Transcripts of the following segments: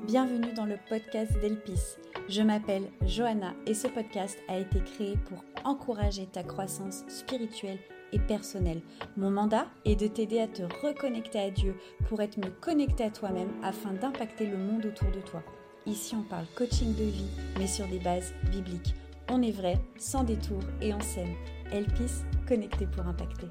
Bienvenue dans le podcast d'Elpis. Je m'appelle Johanna et ce podcast a été créé pour encourager ta croissance spirituelle et personnelle. Mon mandat est de t'aider à te reconnecter à Dieu pour être mieux connecté à toi-même afin d'impacter le monde autour de toi. Ici, on parle coaching de vie, mais sur des bases bibliques. On est vrai, sans détour et on s'aime. Elpis, connecté pour impacter.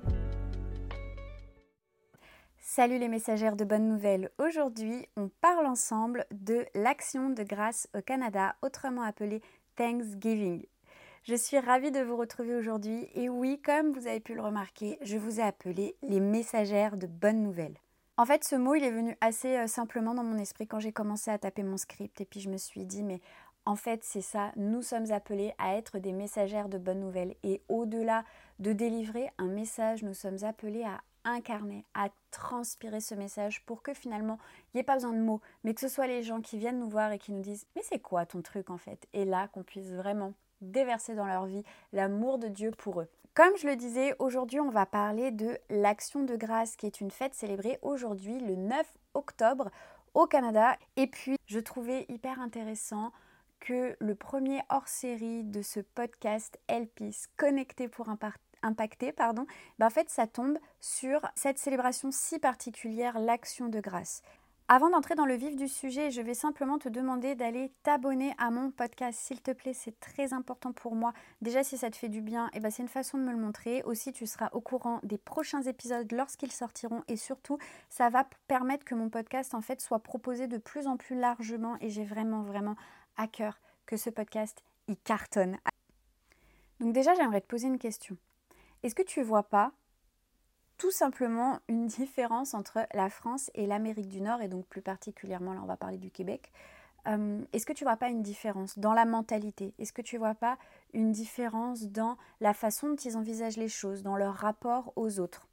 Salut les messagères de bonnes nouvelles. Aujourd'hui, on parle ensemble de l'Action de grâce au Canada, autrement appelée Thanksgiving. Je suis ravie de vous retrouver aujourd'hui et oui, comme vous avez pu le remarquer, je vous ai appelé les messagères de bonnes nouvelles. En fait, ce mot, il est venu assez simplement dans mon esprit quand j'ai commencé à taper mon script et puis je me suis dit, mais en fait, c'est ça, nous sommes appelés à être des messagères de bonnes nouvelles et au-delà de délivrer un message, nous sommes appelés à incarner, à transpirer ce message pour que finalement, il n'y ait pas besoin de mots, mais que ce soit les gens qui viennent nous voir et qui nous disent « mais c'est quoi ton truc en fait ?» Et là, qu'on puisse vraiment déverser dans leur vie l'amour de Dieu pour eux. Comme je le disais, aujourd'hui, on va parler de l'Action de grâce, qui est une fête célébrée aujourd'hui, le 9 octobre, au Canada. Et puis, je trouvais hyper intéressant que le premier hors-série de ce podcast Elpis, connecté pour impacter, en fait, ça tombe sur cette célébration si particulière, l'Action de grâce. Avant d'entrer dans le vif du sujet, je vais simplement te demander d'aller t'abonner à mon podcast, s'il te plaît, c'est très important pour moi. Déjà, si ça te fait du bien, c'est une façon de me le montrer. Aussi, tu seras au courant des prochains épisodes lorsqu'ils sortiront et surtout, ça va permettre que mon podcast en fait soit proposé de plus en plus largement et j'ai vraiment à cœur que ce podcast il cartonne. Donc déjà, j'aimerais te poser une question. Est-ce que tu vois pas tout simplement une différence entre la France et l'Amérique du Nord, et donc plus particulièrement, là on va parler du Québec. Est-ce que tu ne vois pas une différence dans la mentalité? Est-ce que tu ne vois pas une différence dans la façon dont ils envisagent les choses, dans leur rapport aux autres?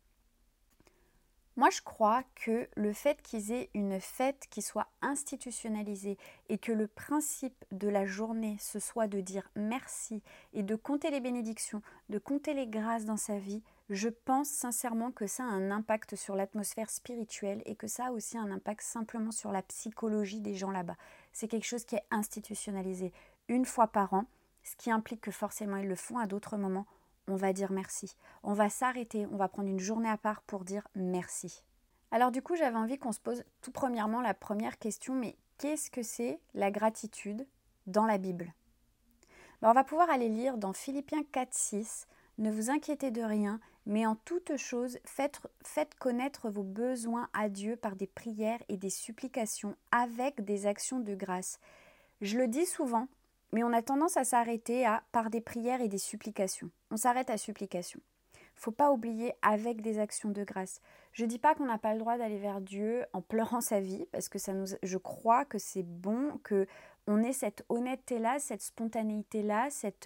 Moi, je crois que le fait qu'ils aient une fête qui soit institutionnalisée et que le principe de la journée, ce soit de dire merci et de compter les bénédictions, de compter les grâces dans sa vie, je pense sincèrement que ça a un impact sur l'atmosphère spirituelle et que ça a aussi un impact simplement sur la psychologie des gens là-bas. C'est quelque chose qui est institutionnalisé une fois par an, ce qui implique que forcément ils le font à d'autres moments. On va dire merci. On va s'arrêter, on va prendre une journée à part pour dire merci. Alors du coup, j'avais envie qu'on se pose tout premièrement la première question, mais qu'est-ce que c'est la gratitude dans la Bible? On va pouvoir aller lire dans Philippiens 4,6 « Ne vous inquiétez de rien, mais en toute chose, faites connaître vos besoins à Dieu par des prières et des supplications avec des actions de grâce. » Je le dis souvent, mais on a tendance à s'arrêter à par des prières et des supplications. On s'arrête à supplication. Il ne faut pas oublier avec des actions de grâce. Je ne dis pas qu'on n'a pas le droit d'aller vers Dieu en pleurant sa vie, parce que je crois que c'est bon qu'on ait cette honnêteté-là, cette spontanéité-là,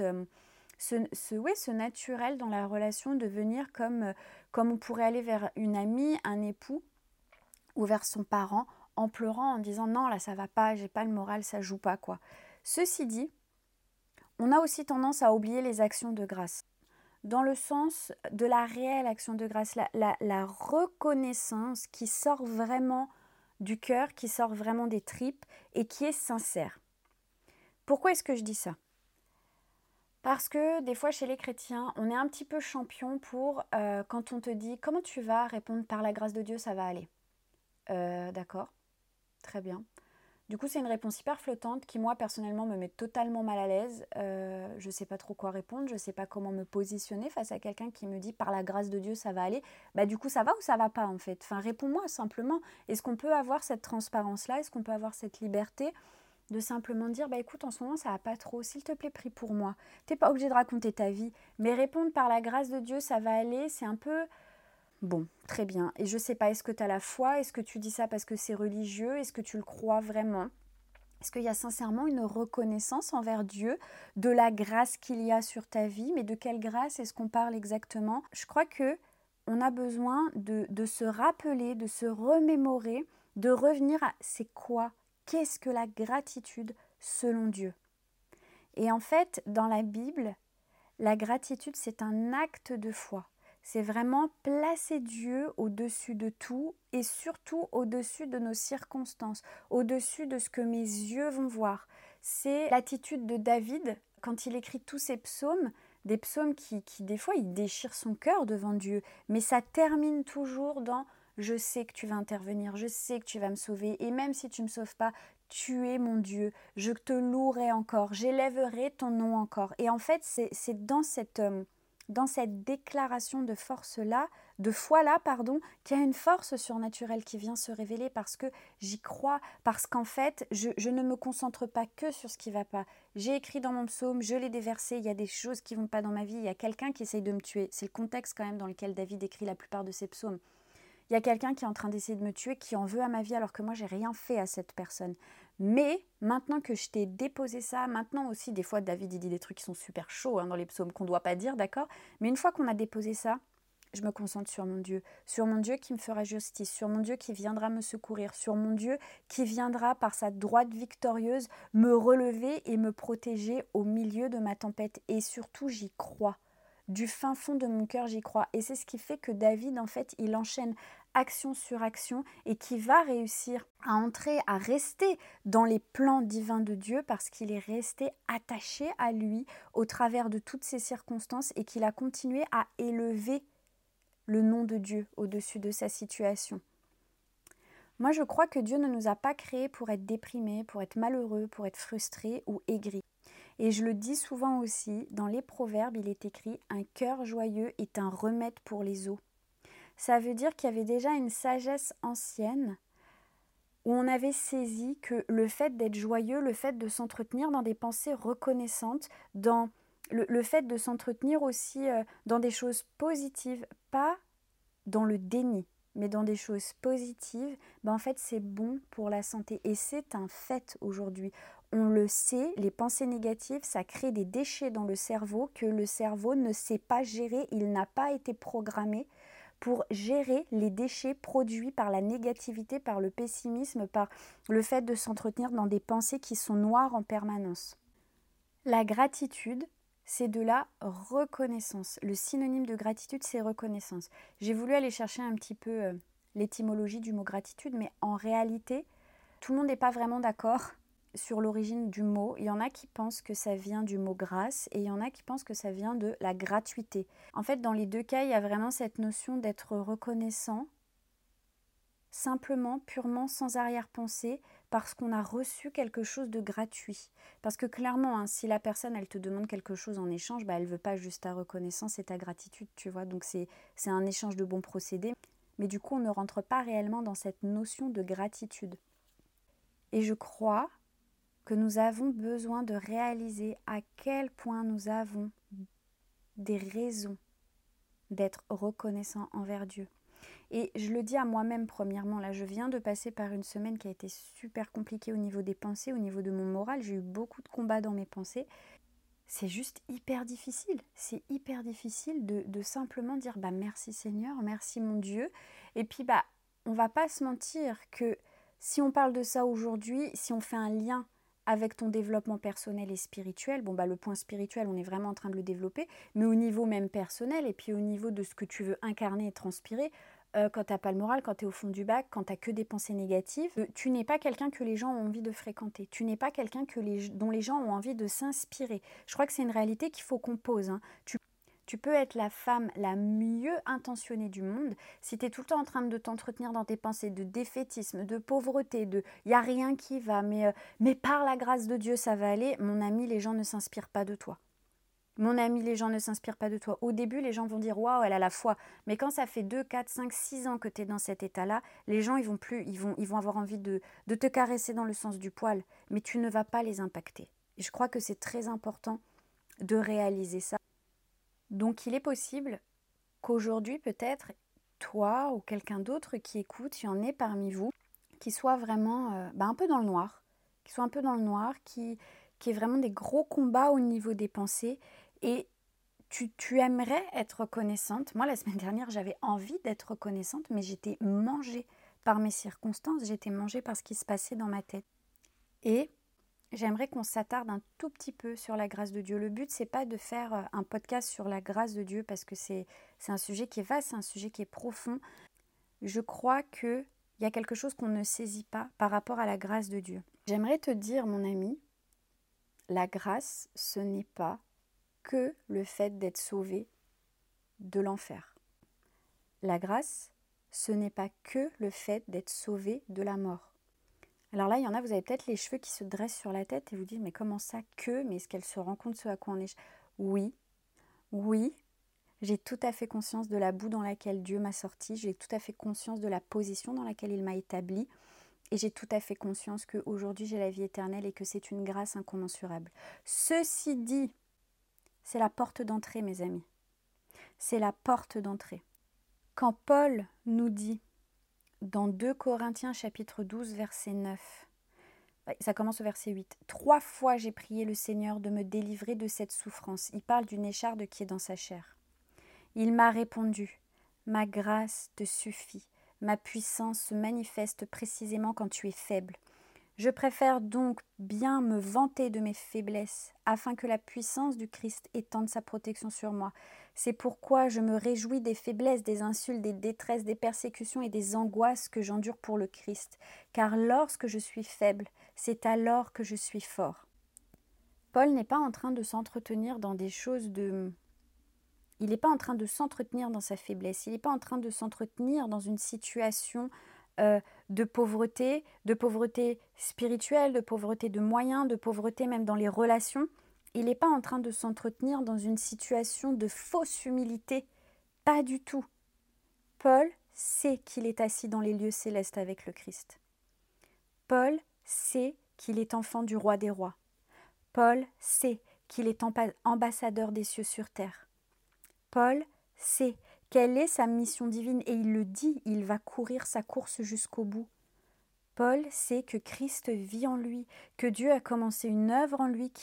ce naturel dans la relation de venir comme on pourrait aller vers une amie, un époux ou vers son parent en pleurant, en disant non, là ça va pas, j'ai pas le moral, ça joue pas quoi. Ceci dit, on a aussi tendance à oublier les actions de grâce. Dans le sens de la réelle action de grâce, la reconnaissance qui sort vraiment du cœur, qui sort vraiment des tripes et qui est sincère. Pourquoi est-ce que je dis ça? Parce que des fois chez les chrétiens, on est un petit peu champion pour quand on te dit « Comment tu vas ?» répondre « Par la grâce de Dieu, ça va aller. » D'accord, très bien. Du coup, c'est une réponse hyper flottante qui, moi, personnellement, me met totalement mal à l'aise. Je ne sais pas trop quoi répondre, je ne sais pas comment me positionner face à quelqu'un qui me dit « par la grâce de Dieu, ça va aller ». Du coup, ça va ou ça va pas, en fait? Enfin, réponds-moi simplement. Est-ce qu'on peut avoir cette transparence-là? Est-ce qu'on peut avoir cette liberté de simplement dire « écoute, en ce moment, ça va pas trop. S'il te plaît, prie pour moi. » T'es pas obligé de raconter ta vie. Mais répondre « par la grâce de Dieu, ça va aller », c'est un peu... Bon, très bien. Et je sais pas, est-ce que tu as la foi? Est-ce que tu dis ça parce que c'est religieux? Est-ce que tu le crois vraiment? Est-ce qu'il y a sincèrement une reconnaissance envers Dieu de la grâce qu'il y a sur ta vie? Mais de quelle grâce est-ce qu'on parle exactement? Je crois que on a besoin de se rappeler, de se remémorer, de revenir à c'est quoi? Qu'est-ce que la gratitude selon Dieu? Et en fait, dans la Bible, la gratitude, c'est un acte de foi. C'est vraiment placer Dieu au-dessus de tout et surtout au-dessus de nos circonstances, au-dessus de ce que mes yeux vont voir. C'est l'attitude de David quand il écrit tous ses psaumes, des psaumes qui des fois, il déchire son cœur devant Dieu, mais ça termine toujours dans je sais que tu vas intervenir, je sais que tu vas me sauver, et même si tu ne me sauves pas, tu es mon Dieu, je te louerai encore, j'élèverai ton nom encore. Et en fait, c'est dans cette déclaration de force-là, de foi-là, pardon, qu'il y a une force surnaturelle qui vient se révéler parce que j'y crois, parce qu'en fait, je ne me concentre pas que sur ce qui ne va pas. J'ai écrit dans mon psaume, je l'ai déversé, il y a des choses qui ne vont pas dans ma vie, il y a quelqu'un qui essaye de me tuer. C'est le contexte quand même dans lequel David écrit la plupart de ses psaumes. Il y a quelqu'un qui est en train d'essayer de me tuer, qui en veut à ma vie alors que moi, j'ai rien fait à cette personne. Mais maintenant que je t'ai déposé ça, maintenant aussi, des fois, David, il dit des trucs qui sont super chauds dans les psaumes qu'on ne doit pas dire, d'accord? Mais une fois qu'on a déposé ça, je me concentre sur mon Dieu qui me fera justice, sur mon Dieu qui viendra me secourir, sur mon Dieu qui viendra par sa droite victorieuse me relever et me protéger au milieu de ma tempête. Et surtout, j'y crois. Du fin fond de mon cœur, j'y crois. Et c'est ce qui fait que David, en fait, il enchaîne action sur action et qui va réussir à entrer, à rester dans les plans divins de Dieu parce qu'il est resté attaché à lui au travers de toutes ces circonstances et qu'il a continué à élever le nom de Dieu au-dessus de sa situation. Moi, je crois que Dieu ne nous a pas créés pour être déprimés, pour être malheureux, pour être frustrés ou aigris. Et je le dis souvent aussi, dans les proverbes, il est écrit « Un cœur joyeux est un remède pour les os ». Ça veut dire qu'il y avait déjà une sagesse ancienne où on avait saisi que le fait d'être joyeux, le fait de s'entretenir dans des pensées reconnaissantes, dans le fait de s'entretenir aussi dans des choses positives, pas dans le déni, mais dans des choses positives, en fait c'est bon pour la santé. Et c'est un fait aujourd'hui. On le sait, les pensées négatives, ça crée des déchets dans le cerveau que le cerveau ne sait pas gérer, il n'a pas été programmé pour gérer les déchets produits par la négativité, par le pessimisme, par le fait de s'entretenir dans des pensées qui sont noires en permanence. La gratitude, c'est de la reconnaissance. Le synonyme de gratitude, c'est reconnaissance. J'ai voulu aller chercher un petit peu l'étymologie du mot gratitude, mais en réalité, tout le monde n'est pas vraiment d'accord sur l'origine du mot. Il y en a qui pensent que ça vient du mot grâce et il y en a qui pensent que ça vient de la gratuité. En fait, dans les deux cas, il y a vraiment cette notion d'être reconnaissant, simplement, purement, sans arrière-pensée, parce qu'on a reçu quelque chose de gratuit. Parce que clairement, si la personne, elle te demande quelque chose en échange, elle ne veut pas juste ta reconnaissance et ta gratitude, tu vois. Donc c'est un échange de bons procédés. Mais du coup, on ne rentre pas réellement dans cette notion de gratitude. Et je crois que nous avons besoin de réaliser à quel point nous avons des raisons d'être reconnaissants envers Dieu. Et je le dis à moi-même premièrement, là je viens de passer par une semaine qui a été super compliquée au niveau des pensées, au niveau de mon moral, j'ai eu beaucoup de combats dans mes pensées. C'est juste hyper difficile, c'est hyper difficile de simplement dire merci Seigneur, merci mon Dieu. Et puis on va pas se mentir que si on parle de ça aujourd'hui, si on fait un lien avec ton développement personnel et spirituel, le point spirituel, on est vraiment en train de le développer, mais au niveau même personnel et puis au niveau de ce que tu veux incarner et transpirer, quand tu n'as pas le moral, quand tu es au fond du bac, quand tu n'as que des pensées négatives, tu n'es pas quelqu'un que les gens ont envie de fréquenter. Tu n'es pas quelqu'un dont les gens ont envie de s'inspirer. Je crois que c'est une réalité qu'il faut qu'on pose. Tu peux être la femme la mieux intentionnée du monde. Si tu es tout le temps en train de t'entretenir dans tes pensées de défaitisme, de pauvreté, de « il n'y a rien qui va, mais par la grâce de Dieu, ça va aller », mon ami, les gens ne s'inspirent pas de toi. Mon ami, les gens ne s'inspirent pas de toi. Au début, les gens vont dire « Waouh, elle a la foi ». Mais quand ça fait 2, 4, 5, 6 ans que tu es dans cet état-là, les gens, ils vont avoir envie de te caresser dans le sens du poil. Mais tu ne vas pas les impacter. Et je crois que c'est très important de réaliser ça. Donc, il est possible qu'aujourd'hui, peut-être, toi ou quelqu'un d'autre qui écoute, il y en ait parmi vous, qui soit vraiment un peu dans le noir, qui ait vraiment des gros combats au niveau des pensées. Et tu aimerais être reconnaissante. Moi, la semaine dernière, j'avais envie d'être reconnaissante, mais j'étais mangée par mes circonstances, j'étais mangée par ce qui se passait dans ma tête. Et j'aimerais qu'on s'attarde un tout petit peu sur la grâce de Dieu. Le but, c'est pas de faire un podcast sur la grâce de Dieu parce que c'est un sujet qui est vaste, c'est un sujet qui est profond. Je crois qu'il y a quelque chose qu'on ne saisit pas par rapport à la grâce de Dieu. J'aimerais te dire, mon ami, la grâce, ce n'est pas que le fait d'être sauvé de l'enfer. La grâce, ce n'est pas que le fait d'être sauvé de la mort. Alors là, il y en a, vous avez peut-être les cheveux qui se dressent sur la tête et vous dites, mais comment ça que? Mais est-ce qu'elle se rend compte ce à quoi on est? Oui, oui, j'ai tout à fait conscience de la boue dans laquelle Dieu m'a sorti, j'ai tout à fait conscience de la position dans laquelle il m'a établi et j'ai tout à fait conscience qu'aujourd'hui j'ai la vie éternelle et que c'est une grâce incommensurable. Ceci dit, c'est la porte d'entrée, mes amis. C'est la porte d'entrée. Quand Paul nous dit dans 2 Corinthiens chapitre 12 verset 9, ça commence au verset 8. 3 fois j'ai prié le Seigneur de me délivrer de cette souffrance. Il parle d'une écharde qui est dans sa chair. Il m'a répondu, ma grâce te suffit. Ma puissance se manifeste précisément quand tu es faible. Je préfère donc bien me vanter de mes faiblesses, afin que la puissance du Christ étende sa protection sur moi. C'est pourquoi je me réjouis des faiblesses, des insultes, des détresses, des persécutions et des angoisses que j'endure pour le Christ. Car lorsque je suis faible, c'est alors que je suis fort. Paul n'est pas en train de s'entretenir dans des choses de... Il n'est pas en train de s'entretenir dans sa faiblesse, il n'est pas en train de s'entretenir dans une situation de pauvreté spirituelle, de pauvreté de moyens, de pauvreté même dans les relations. Il n'est pas en train de s'entretenir dans une situation de fausse humilité, pas du tout. Paul sait qu'il est assis dans les lieux célestes avec le Christ. Paul sait qu'il est enfant du roi des rois. Paul sait qu'il est ambassadeur des cieux sur terre. Paul sait quelle est sa mission divine et il le dit, il va courir sa course jusqu'au bout. Paul sait que Christ vit en lui, que Dieu a commencé une œuvre en lui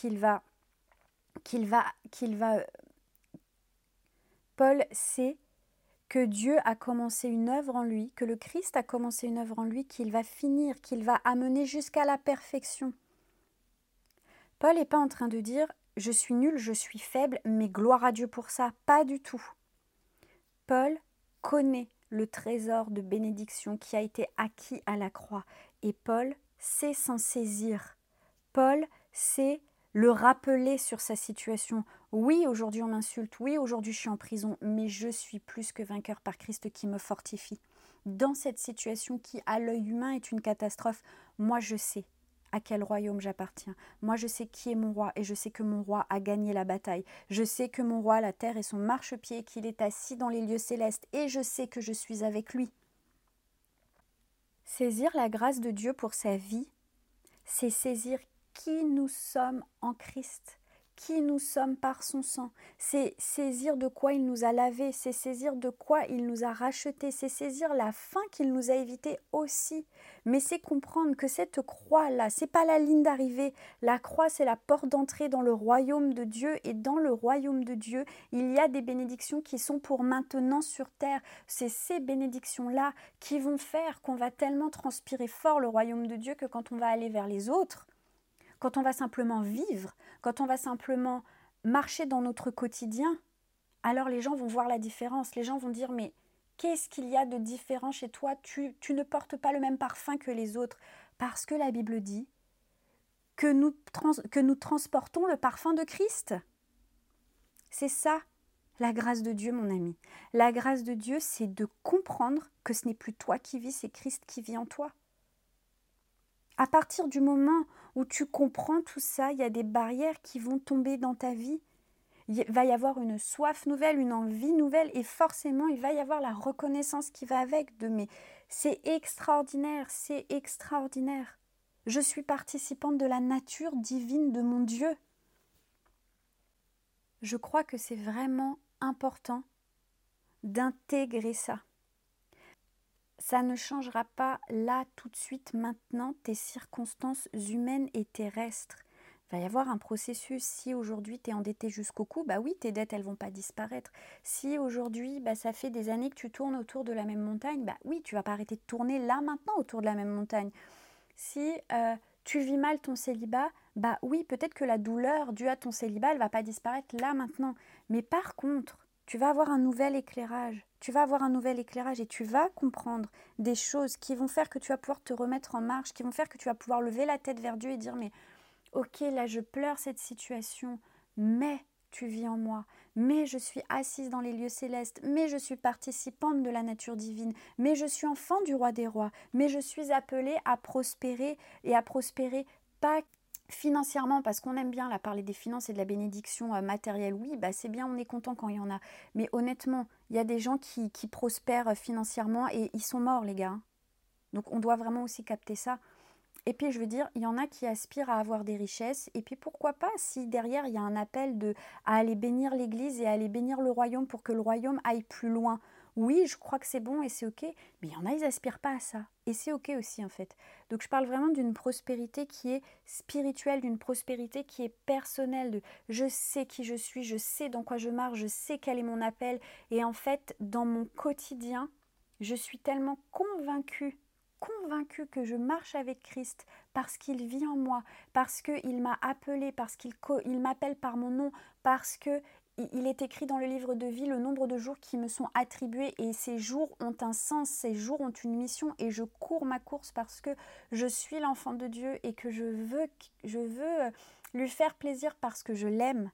Paul sait que Dieu a commencé une œuvre en lui, que le Christ a commencé une œuvre en lui, qu'il va finir, qu'il va amener jusqu'à la perfection. Paul n'est pas en train de dire « je suis nul, je suis faible, mais gloire à Dieu pour ça », pas du tout. Paul connaît le trésor de bénédiction qui a été acquis à la croix et Paul sait s'en saisir. Paul sait le rappeler sur sa situation. Oui, aujourd'hui on m'insulte, oui, aujourd'hui je suis en prison, mais je suis plus que vainqueur par Christ qui me fortifie. Dans cette situation qui, à l'œil humain, est une catastrophe, moi je sais à quel royaume j'appartiens. Moi je sais qui est mon roi et je sais que mon roi a gagné la bataille. Je sais que mon roi, la terre est son marchepied, qu'il est assis dans les lieux célestes et je sais que je suis avec lui. Saisir la grâce de Dieu pour sa vie, c'est saisir qui nous sommes en Christ, qui nous sommes par son sang. C'est saisir de quoi il nous a lavés, c'est saisir de quoi il nous a rachetés, c'est saisir la fin qu'il nous a évitée aussi. Mais c'est comprendre que cette croix-là, c'est pas la ligne d'arrivée. La croix, c'est la porte d'entrée dans le royaume de Dieu. Et dans le royaume de Dieu, il y a des bénédictions qui sont pour maintenant sur terre. C'est ces bénédictions-là qui vont faire qu'on va tellement transpirer fort le royaume de Dieu que quand on va aller vers les autres, quand on va simplement vivre, quand on va simplement marcher dans notre quotidien, alors les gens vont voir la différence. Les gens vont dire, mais qu'est-ce qu'il y a de différent chez toi? Tu ne portes pas le même parfum que les autres. Parce que la Bible dit que nous transportons le parfum de Christ. C'est ça, la grâce de Dieu, mon ami. La grâce de Dieu, c'est de comprendre que ce n'est plus toi qui vis, c'est Christ qui vit en toi. À partir du moment où tu comprends tout ça, il y a des barrières qui vont tomber dans ta vie. Il va y avoir une soif nouvelle, une envie nouvelle et forcément il va y avoir la reconnaissance qui va avec de mais c'est extraordinaire, c'est extraordinaire. Je suis participante de la nature divine de mon Dieu. Je crois que c'est vraiment important d'intégrer ça. Ça ne changera pas là, tout de suite, maintenant, tes circonstances humaines et terrestres. Il va y avoir un processus. Si aujourd'hui tu es endetté jusqu'au cou, bah oui, tes dettes, elles vont pas disparaître. Si aujourd'hui, ça fait des années que tu tournes autour de la même montagne, bah oui, tu vas pas arrêter de tourner là, maintenant, autour de la même montagne. Si Tu vis mal ton célibat, bah oui, peut-être que la douleur due à ton célibat, elle va pas disparaître là maintenant. Mais par contre, tu vas avoir un nouvel éclairage. Tu vas avoir un nouvel éclairage et tu vas comprendre des choses qui vont faire que tu vas pouvoir te remettre en marche, qui vont faire que tu vas pouvoir lever la tête vers Dieu et dire mais ok, là je pleure cette situation, mais tu vis en moi, mais je suis assise dans les lieux célestes, mais je suis participante de la nature divine, mais je suis enfant du roi des rois, mais je suis appelée à prospérer et à prospérer pas financièrement, parce qu'on aime bien là parler des finances et de la bénédiction matérielle, oui, bah c'est bien, on est content quand il y en a, mais honnêtement, il y a des gens qui prospèrent financièrement et ils sont morts les gars, hein. Donc on doit vraiment aussi capter ça. Et puis je veux dire, il y en a qui aspirent à avoir des richesses, et puis pourquoi pas si derrière il y a un appel à aller bénir l'Église et à aller bénir le royaume pour que le royaume aille plus loin. Oui, je crois que c'est bon et c'est ok, mais il y en a, ils aspirent pas à ça. Et c'est ok aussi en fait. Donc je parle vraiment d'une prospérité qui est spirituelle, d'une prospérité qui est personnelle, de je sais qui je suis, je sais dans quoi je marche, je sais quel est mon appel. Et en fait, dans mon quotidien, je suis tellement convaincue que je marche avec Christ parce qu'il vit en moi, parce qu'il m'a appelé, parce qu'il m'appelle par mon nom, parce que il est écrit dans le livre de vie le nombre de jours qui me sont attribués et ces jours ont un sens, ces jours ont une mission et je cours ma course parce que je suis l'enfant de Dieu et que je veux lui faire plaisir parce que je l'aime.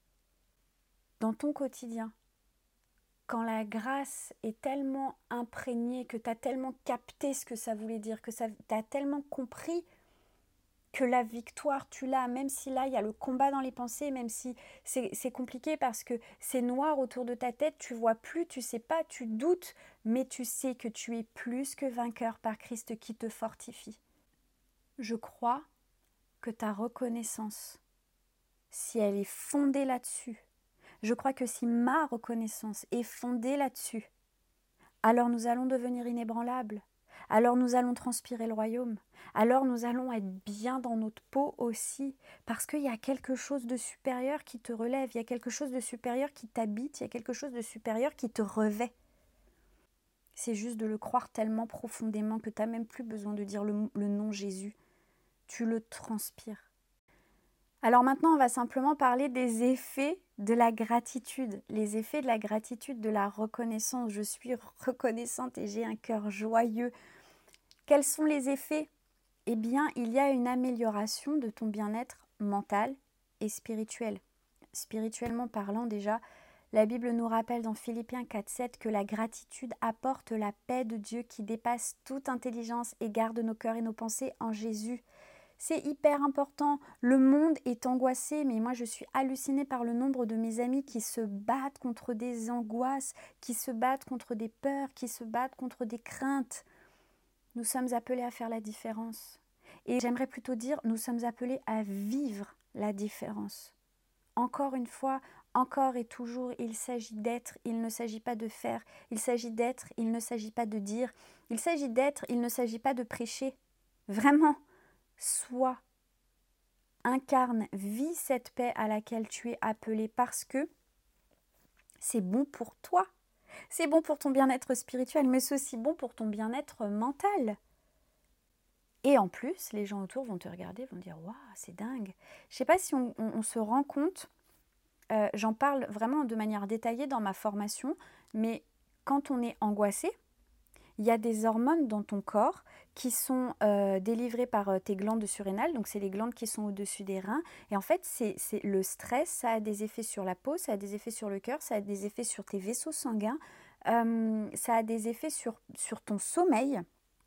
Dans ton quotidien, quand la grâce est tellement imprégnée, que tu as tellement capté ce que ça voulait dire, que tu as tellement compris que la victoire, tu l'as, même si là, il y a le combat dans les pensées, même si c'est compliqué parce que c'est noir autour de ta tête, tu vois plus, tu sais pas, tu doutes, mais tu sais que tu es plus que vainqueur par Christ qui te fortifie. Je crois que ta reconnaissance, si elle est fondée là-dessus, je crois que si ma reconnaissance est fondée là-dessus, alors nous allons devenir inébranlables, alors nous allons transpirer le royaume, alors nous allons être bien dans notre peau aussi, parce qu'il y a quelque chose de supérieur qui te relève, il y a quelque chose de supérieur qui t'habite, il y a quelque chose de supérieur qui te revêt. C'est juste de le croire tellement profondément que tu n'as même plus besoin de dire le nom Jésus, tu le transpires. Alors maintenant, on va simplement parler des effets de la gratitude, les effets de la gratitude, de la reconnaissance. Je suis reconnaissante et j'ai un cœur joyeux. Quels sont les effets? Eh bien, il y a une amélioration de ton bien-être mental et spirituel. Spirituellement parlant déjà, la Bible nous rappelle dans Philippiens 4,7 que la gratitude apporte la paix de Dieu qui dépasse toute intelligence et garde nos cœurs et nos pensées en Jésus. C'est hyper important. Le monde est angoissé, mais moi je suis hallucinée par le nombre de mes amis qui se battent contre des angoisses, qui se battent contre des peurs, qui se battent contre des craintes. Nous sommes appelés à faire la différence. Et j'aimerais plutôt dire, nous sommes appelés à vivre la différence. Encore une fois, encore et toujours, il s'agit d'être, il ne s'agit pas de faire. Il s'agit d'être, il ne s'agit pas de dire. Il s'agit d'être, il ne s'agit pas de prêcher. Vraiment. Sois, incarne, vis cette paix à laquelle tu es appelé parce que c'est bon pour toi. C'est bon pour ton bien-être spirituel, mais c'est aussi bon pour ton bien-être mental. Et en plus, les gens autour vont te regarder, vont dire « Waouh, c'est dingue !» Je ne sais pas si on se rend compte, j'en parle vraiment de manière détaillée dans ma formation, mais quand on est angoissé, il y a des hormones dans ton corps qui sont délivrées par tes glandes surrénales, donc c'est les glandes qui sont au-dessus des reins. Et en fait, c'est le stress, ça a des effets sur la peau, ça a des effets sur le cœur, ça a des effets sur tes vaisseaux sanguins, ça a des effets sur ton sommeil.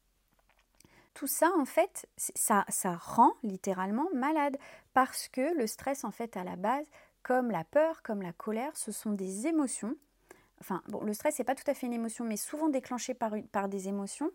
Tout ça, en fait, ça rend littéralement malade parce que le stress, en fait, à la base, comme la peur, comme la colère, ce sont des émotions. Enfin, bon, le stress, c'est pas tout à fait une émotion, mais souvent déclenché par des émotions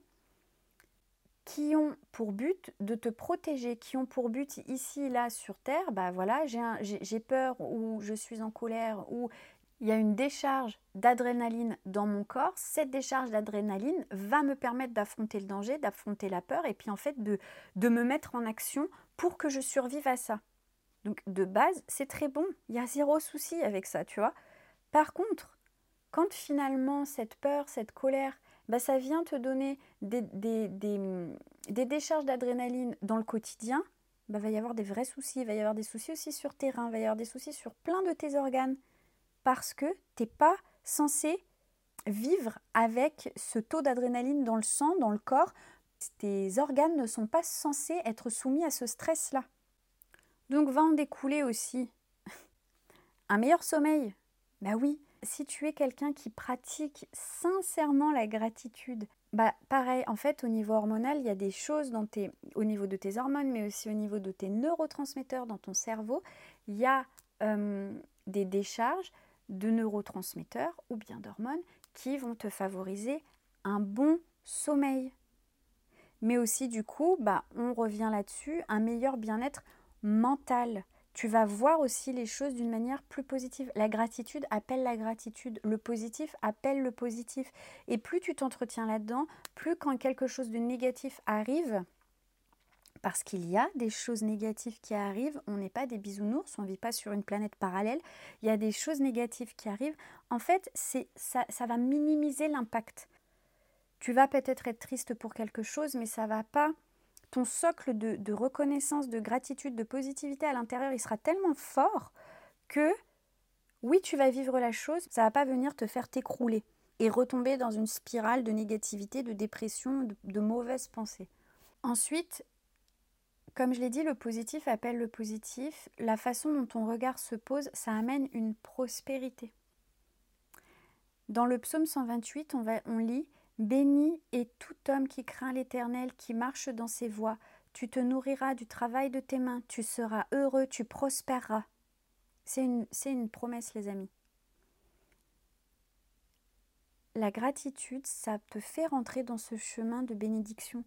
qui ont pour but de te protéger, qui ont pour but ici, là, sur Terre, bah voilà, j'ai peur ou je suis en colère ou il y a une décharge d'adrénaline dans mon corps. Cette décharge d'adrénaline va me permettre d'affronter le danger, d'affronter la peur et puis en fait de me mettre en action pour que je survive à ça. Donc de base, c'est très bon, il y a zéro souci avec ça, tu vois. Par contre, quand finalement cette peur, cette colère, bah, ça vient te donner des décharges d'adrénaline dans le quotidien, bah, va y avoir des vrais soucis. Il va y avoir des soucis aussi sur tes reins, il va y avoir des soucis sur plein de tes organes. Parce que tu n'es pas censé vivre avec ce taux d'adrénaline dans le sang, dans le corps. Tes organes ne sont pas censés être soumis à ce stress-là. Donc va en découler aussi un meilleur sommeil. Bah oui, si tu es quelqu'un qui pratique sincèrement la gratitude, bah pareil, en fait, au niveau hormonal, il y a des choses au niveau de tes hormones, mais aussi au niveau de tes neurotransmetteurs dans ton cerveau, il y a des décharges de neurotransmetteurs ou bien d'hormones qui vont te favoriser un bon sommeil. Mais aussi, du coup, bah, on revient là-dessus, un meilleur bien-être mental. Tu vas voir aussi les choses d'une manière plus positive. La gratitude appelle la gratitude, le positif appelle le positif. Et plus tu t'entretiens là-dedans, plus quand quelque chose de négatif arrive, parce qu'il y a des choses négatives qui arrivent, on n'est pas des bisounours, on ne vit pas sur une planète parallèle, il y a des choses négatives qui arrivent, en fait, ça va minimiser l'impact. Tu vas peut-être être triste pour quelque chose, mais ça va pas. Ton socle de reconnaissance, de gratitude, de positivité à l'intérieur, il sera tellement fort que, oui, tu vas vivre la chose, ça va pas venir te faire t'écrouler et retomber dans une spirale de négativité, de dépression, de mauvaises pensées. Ensuite, comme je l'ai dit, le positif appelle le positif. La façon dont ton regard se pose, ça amène une prospérité. Dans le psaume 128, on lit « Béni est tout homme qui craint l'Éternel, qui marche dans ses voies. Tu te nourriras du travail de tes mains, tu seras heureux, tu prospéreras. » C'est une promesse, les amis. La gratitude, ça te fait rentrer dans ce chemin de bénédiction.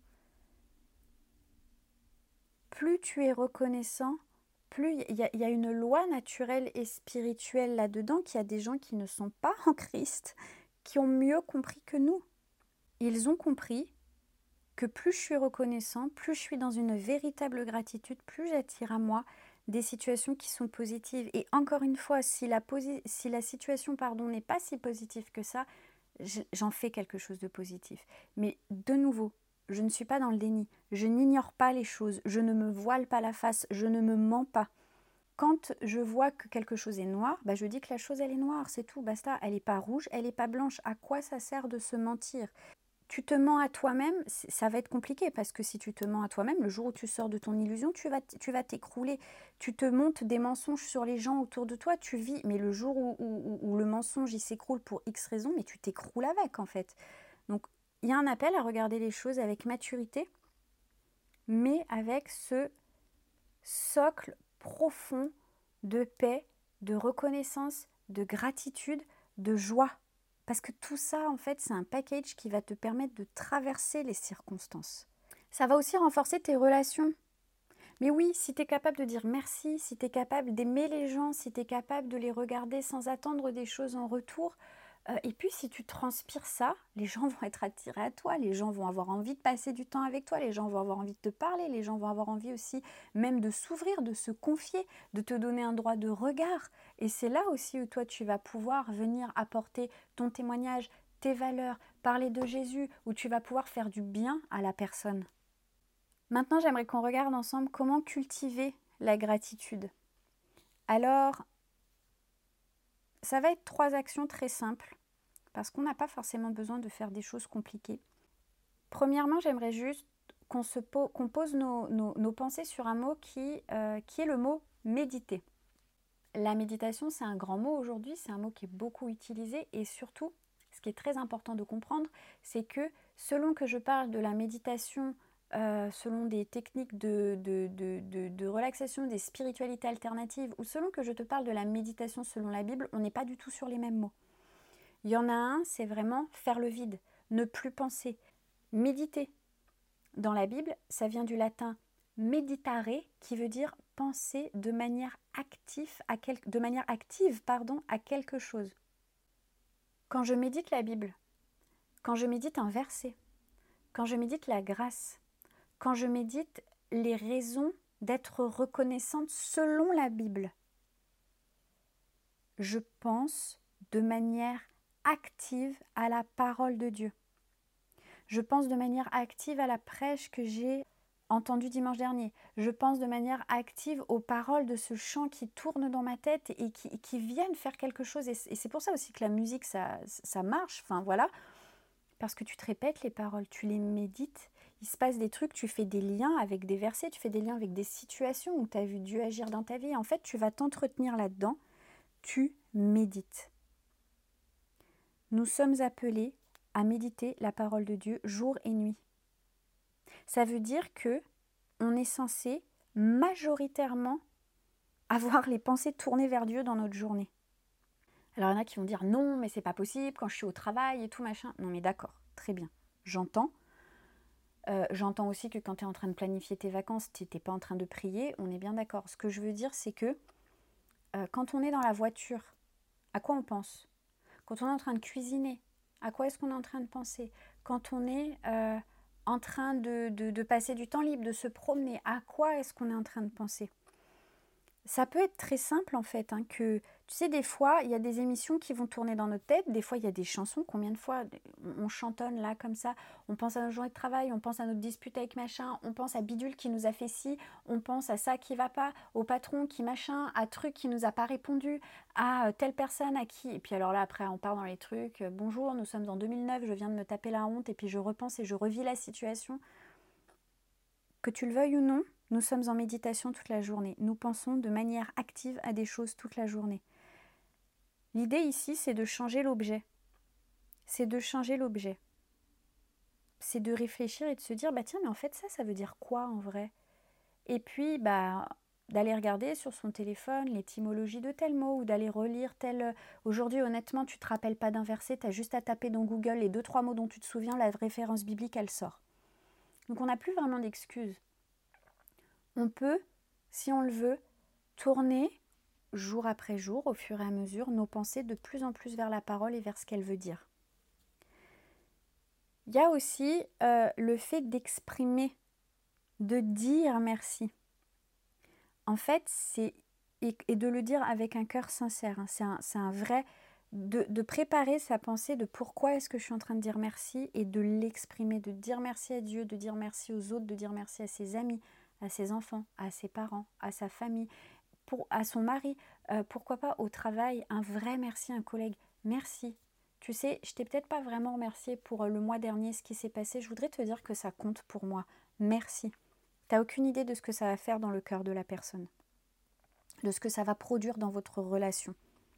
Plus tu es reconnaissant, plus il y a une loi naturelle et spirituelle là-dedans, qu'il y a des gens qui ne sont pas en Christ, qui ont mieux compris que nous. Ils ont compris que plus je suis reconnaissant, plus je suis dans une véritable gratitude, plus j'attire à moi des situations qui sont positives. Et encore une fois, si la situation n'est pas si positive que ça, j'en fais quelque chose de positif. Mais de nouveau, je ne suis pas dans le déni. Je n'ignore pas les choses. Je ne me voile pas la face. Je ne me mens pas. Quand je vois que quelque chose est noir, bah je dis que la chose, elle est noire. C'est tout, basta. Elle n'est pas rouge, elle n'est pas blanche. À quoi ça sert de se mentir ? Tu te mens à toi-même, ça va être compliqué parce que si tu te mens à toi-même, le jour où tu sors de ton illusion, tu vas t'écrouler. Tu te montes des mensonges sur les gens autour de toi, tu vis, mais le jour où le mensonge il s'écroule pour X raison, mais tu t'écroules avec en fait. Donc il y a un appel à regarder les choses avec maturité, mais avec ce socle profond de paix, de reconnaissance, de gratitude, de joie. Parce que tout ça, en fait, c'est un package qui va te permettre de traverser les circonstances. Ça va aussi renforcer tes relations. Mais oui, si tu es capable de dire merci, si tu es capable d'aimer les gens, si tu es capable de les regarder sans attendre des choses en retour, et puis si tu transpires ça, les gens vont être attirés à toi, les gens vont avoir envie de passer du temps avec toi, les gens vont avoir envie de te parler, les gens vont avoir envie aussi même de s'ouvrir, de se confier, de te donner un droit de regard. Et c'est là aussi où toi tu vas pouvoir venir apporter ton témoignage, tes valeurs, parler de Jésus, où tu vas pouvoir faire du bien à la personne. Maintenant, j'aimerais qu'on regarde ensemble comment cultiver la gratitude. Alors, ça va être 3 actions très simples, parce qu'on n'a pas forcément besoin de faire des choses compliquées. Premièrement, j'aimerais juste qu'on pose nos pensées sur un mot qui est le mot méditer. La méditation, c'est un grand mot aujourd'hui, c'est un mot qui est beaucoup utilisé et surtout, ce qui est très important de comprendre, c'est que selon que je parle de la méditation, selon des techniques de relaxation, des spiritualités alternatives, ou selon que je te parle de la méditation selon la Bible, on n'est pas du tout sur les mêmes mots. Il y en a un, c'est vraiment faire le vide, ne plus penser, méditer. Dans la Bible, ça vient du latin meditare, qui veut dire penser de manière active à quelque chose. Quand je médite la Bible, quand je médite un verset, quand je médite la grâce, quand je médite les raisons d'être reconnaissante selon la Bible, je pense de manière active à la parole de Dieu. Je pense de manière active à la prêche que j'ai entendu dimanche dernier. Je pense de manière active aux paroles de ce chant qui tourne dans ma tête et qui viennent faire quelque chose. Et c'est pour ça aussi que la musique, ça marche. Enfin voilà, parce que tu te répètes les paroles, tu les médites. Il se passe des trucs, tu fais des liens avec des versets, tu fais des liens avec des situations où tu as vu Dieu agir dans ta vie. En fait, tu vas t'entretenir là-dedans, tu médites. Nous sommes appelés à méditer la parole de Dieu jour et nuit. Ça veut dire que on est censé majoritairement avoir les pensées tournées vers Dieu dans notre journée. Alors il y en a qui vont dire non, mais c'est pas possible quand je suis au travail et tout machin. Non mais d'accord, très bien, j'entends. J'entends aussi que quand tu es en train de planifier tes vacances, tu n'es pas en train de prier, on est bien d'accord. Ce que je veux dire, c'est que quand on est dans la voiture, à quoi on pense? Quand on est en train de cuisiner, à quoi est-ce qu'on est en train de penser? Quand on est en train de passer du temps libre, de se promener, à quoi est-ce qu'on est en train de penser? Ça peut être très simple en fait, hein, que tu sais, des fois, il y a des émissions qui vont tourner dans notre tête, des fois, il y a des chansons, combien de fois on chantonne là comme ça, on pense à nos journées de travail, on pense à notre dispute avec machin, on pense à Bidule qui nous a fait ci, on pense à ça qui va pas, au patron qui machin, à truc qui nous a pas répondu, à telle personne à qui, et puis alors là après on part dans les trucs, bonjour, nous sommes en 2009, je viens de me taper la honte, et puis je repense et je revis la situation. Que tu le veuilles ou non, nous sommes en méditation toute la journée. Nous pensons de manière active à des choses toute la journée. L'idée ici, c'est de changer l'objet. C'est de changer l'objet. C'est de réfléchir et de se dire, bah tiens, mais en fait ça veut dire quoi en vrai? Et puis, bah, d'aller regarder sur son téléphone l'étymologie de tel mot ou d'aller relire tel... Aujourd'hui, honnêtement, tu ne te rappelles pas d'un verset, tu as juste à taper dans Google les 2-3 mots dont tu te souviens, la référence biblique, elle sort. Donc on n'a plus vraiment d'excuses. On peut, si on le veut, tourner jour après jour, au fur et à mesure, nos pensées de plus en plus vers la parole et vers ce qu'elle veut dire. Il y a aussi le fait d'exprimer, de dire merci. En fait, et de le dire avec un cœur sincère. Hein, c'est un vrai... De préparer sa pensée de pourquoi est-ce que je suis en train de dire merci et de l'exprimer, de dire merci à Dieu, de dire merci aux autres, de dire merci à ses amis, à ses enfants, à ses parents, à sa famille, à son mari, pourquoi pas au travail, un vrai merci à un collègue. Merci. Tu sais, je t'ai peut-être pas vraiment remercié pour le mois dernier, ce qui s'est passé. Je voudrais te dire que ça compte pour moi. Merci. T'as aucune idée de ce que ça va faire dans le cœur de la personne, de ce que ça va produire dans votre relation.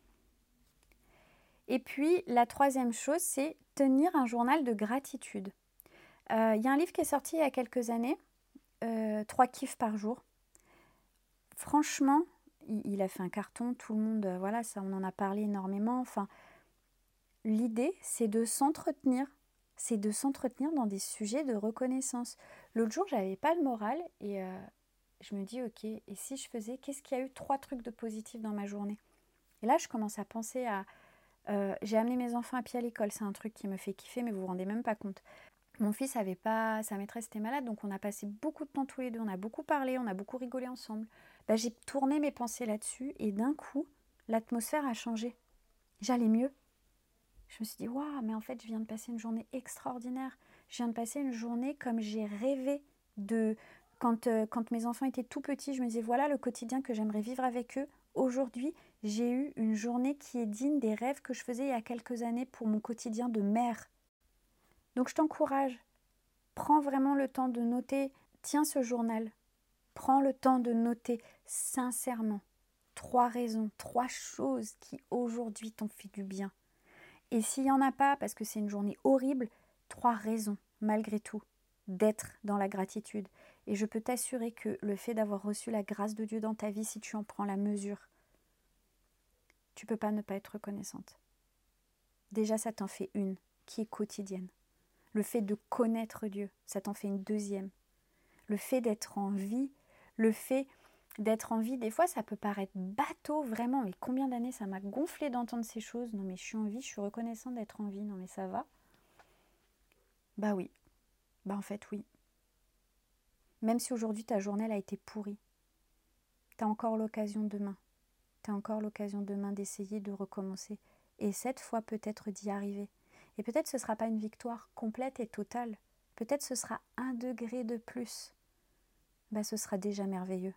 Et puis, la troisième chose, c'est tenir un journal de gratitude. Il y a un livre qui est sorti il y a quelques années, 3 kiffs par jour. Franchement, il a fait un carton, tout le monde, voilà, ça, on en a parlé énormément. Enfin, l'idée, c'est de s'entretenir dans des sujets de reconnaissance. L'autre jour, j'avais pas le moral et je me dis, ok, et si je faisais, qu'est-ce qu'il y a eu 3 trucs de positif dans ma journée? Et là, je commence à penser à... j'ai amené mes enfants à pied à l'école, c'est un truc qui me fait kiffer, mais vous vous rendez même pas compte. Mon fils avait pas... Sa maîtresse était malade, donc on a passé beaucoup de temps tous les deux, on a beaucoup parlé, on a beaucoup rigolé ensemble. Bah, j'ai tourné mes pensées là-dessus et d'un coup, l'atmosphère a changé. J'allais mieux. Je me suis dit, waouh, mais en fait, je viens de passer une journée extraordinaire. Je viens de passer une journée comme j'ai rêvé de... Quand mes enfants étaient tout petits, je me disais, voilà le quotidien que j'aimerais vivre avec eux. Aujourd'hui, j'ai eu une journée qui est digne des rêves que je faisais il y a quelques années pour mon quotidien de mère. Donc je t'encourage, prends vraiment le temps de noter, tiens ce journal, prends le temps de noter sincèrement 3 raisons, 3 choses qui aujourd'hui t'ont fait du bien. Et s'il n'y en a pas, parce que c'est une journée horrible, 3 raisons, malgré tout, d'être dans la gratitude. Et je peux t'assurer que le fait d'avoir reçu la grâce de Dieu dans ta vie, si tu en prends la mesure, tu ne peux pas ne pas être reconnaissante. Déjà, ça t'en fait une, qui est quotidienne. Le fait de connaître Dieu, ça t'en fait une deuxième. Le fait d'être en vie, le fait d'être en vie, des fois ça peut paraître bateau vraiment, mais combien d'années ça m'a gonflé d'entendre ces choses. Non mais je suis en vie, je suis reconnaissante d'être en vie, non mais ça va. Bah oui, bah en fait oui. Même si aujourd'hui ta journée elle a été pourrie, t'as encore l'occasion demain. T'as encore l'occasion demain d'essayer de recommencer. Et cette fois peut-être d'y arriver. Et peut-être ce ne sera pas une victoire complète et totale. Peut-être ce sera 1 degré de plus. ce sera déjà merveilleux.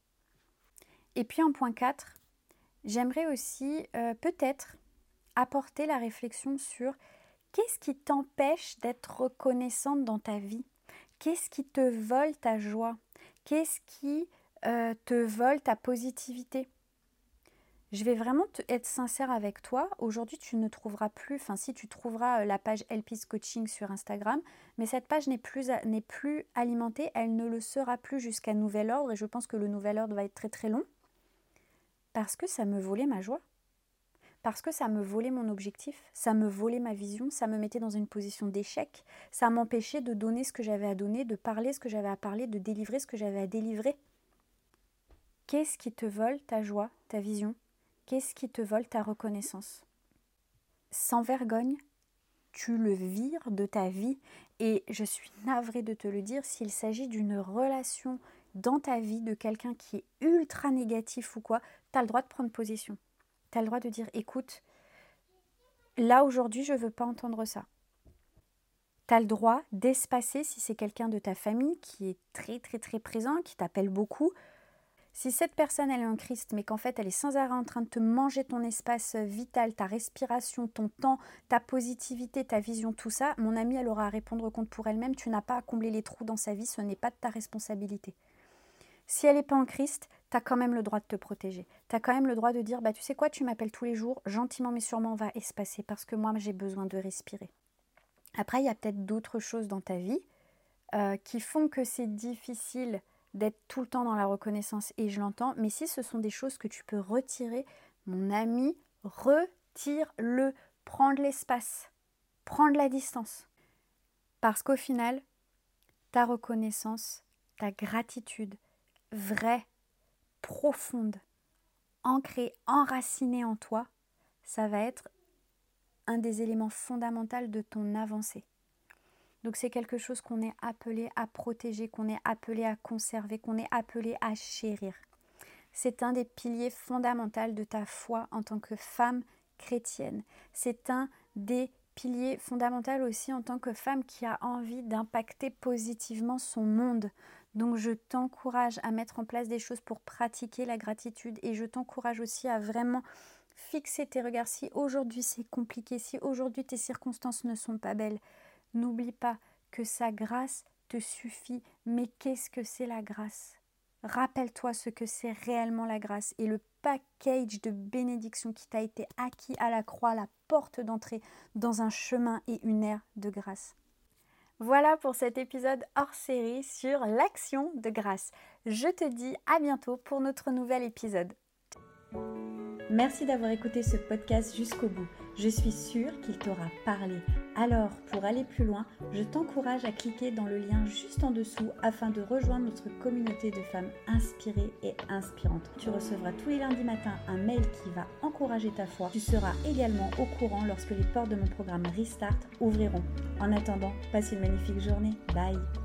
Et puis en point 4, j'aimerais aussi peut-être apporter la réflexion sur qu'est-ce qui t'empêche d'être reconnaissante dans ta vie? Qu'est-ce qui te vole ta joie? Qu'est-ce qui te vole ta positivité? Je vais vraiment être sincère avec toi. Aujourd'hui, tu ne trouveras plus, si tu trouveras la page Elpis Coaching sur Instagram, mais cette page n'est plus alimentée, elle ne le sera plus jusqu'à nouvel ordre, et je pense que le nouvel ordre va être très très long, parce que ça me volait ma joie, parce que ça me volait mon objectif, ça me volait ma vision, ça me mettait dans une position d'échec, ça m'empêchait de donner ce que j'avais à donner, de parler ce que j'avais à parler, de délivrer ce que j'avais à délivrer. Qu'est-ce qui te vole ta joie, ta vision? Qu'est-ce qui te vole ta reconnaissance? Sans vergogne, tu le vires de ta vie. Et je suis navrée de te le dire, s'il s'agit d'une relation dans ta vie de quelqu'un qui est ultra négatif ou quoi, tu as le droit de prendre position. Tu as le droit de dire, écoute, là aujourd'hui, je ne veux pas entendre ça. Tu as le droit d'espacer si c'est quelqu'un de ta famille qui est très très très présent, qui t'appelle beaucoup. Si cette personne, elle est en Christ, mais qu'en fait, elle est sans arrêt en train de te manger ton espace vital, ta respiration, ton temps, ta positivité, ta vision, tout ça, mon amie, elle aura à répondre au compte pour elle-même. Tu n'as pas à combler les trous dans sa vie, ce n'est pas de ta responsabilité. Si elle n'est pas en Christ, tu as quand même le droit de te protéger. Tu as quand même le droit de dire, tu sais quoi, tu m'appelles tous les jours, gentiment mais sûrement, on va espacer parce que moi, j'ai besoin de respirer. Après, il y a peut-être d'autres choses dans ta vie qui font que c'est difficile d'être tout le temps dans la reconnaissance, et je l'entends, mais si ce sont des choses que tu peux retirer, mon ami, retire-le, prends de l'espace, prends de la distance. Parce qu'au final, ta reconnaissance, ta gratitude, vraie, profonde, ancrée, enracinée en toi, ça va être un des éléments fondamentaux de ton avancée. Donc c'est quelque chose qu'on est appelé à protéger, qu'on est appelé à conserver, qu'on est appelé à chérir. C'est un des piliers fondamentaux de ta foi en tant que femme chrétienne. C'est un des piliers fondamentaux aussi en tant que femme qui a envie d'impacter positivement son monde. Donc je t'encourage à mettre en place des choses pour pratiquer la gratitude, et je t'encourage aussi à vraiment fixer tes regards. Si aujourd'hui c'est compliqué, si aujourd'hui tes circonstances ne sont pas belles, n'oublie pas que sa grâce te suffit. Mais qu'est-ce que c'est la grâce? Rappelle-toi ce que c'est réellement la grâce et le package de bénédiction qui t'a été acquis à la croix, la porte d'entrée dans un chemin et une ère de grâce. Voilà pour cet épisode hors série sur l'action de grâce. Je te dis à bientôt pour notre nouvel épisode. Merci d'avoir écouté ce podcast jusqu'au bout. Je suis sûre qu'il t'aura parlé. Alors, pour aller plus loin, je t'encourage à cliquer dans le lien juste en dessous afin de rejoindre notre communauté de femmes inspirées et inspirantes. Tu recevras tous les lundis matins un mail qui va encourager ta foi. Tu seras également au courant lorsque les portes de mon programme Restart ouvriront. En attendant, passe une magnifique journée. Bye!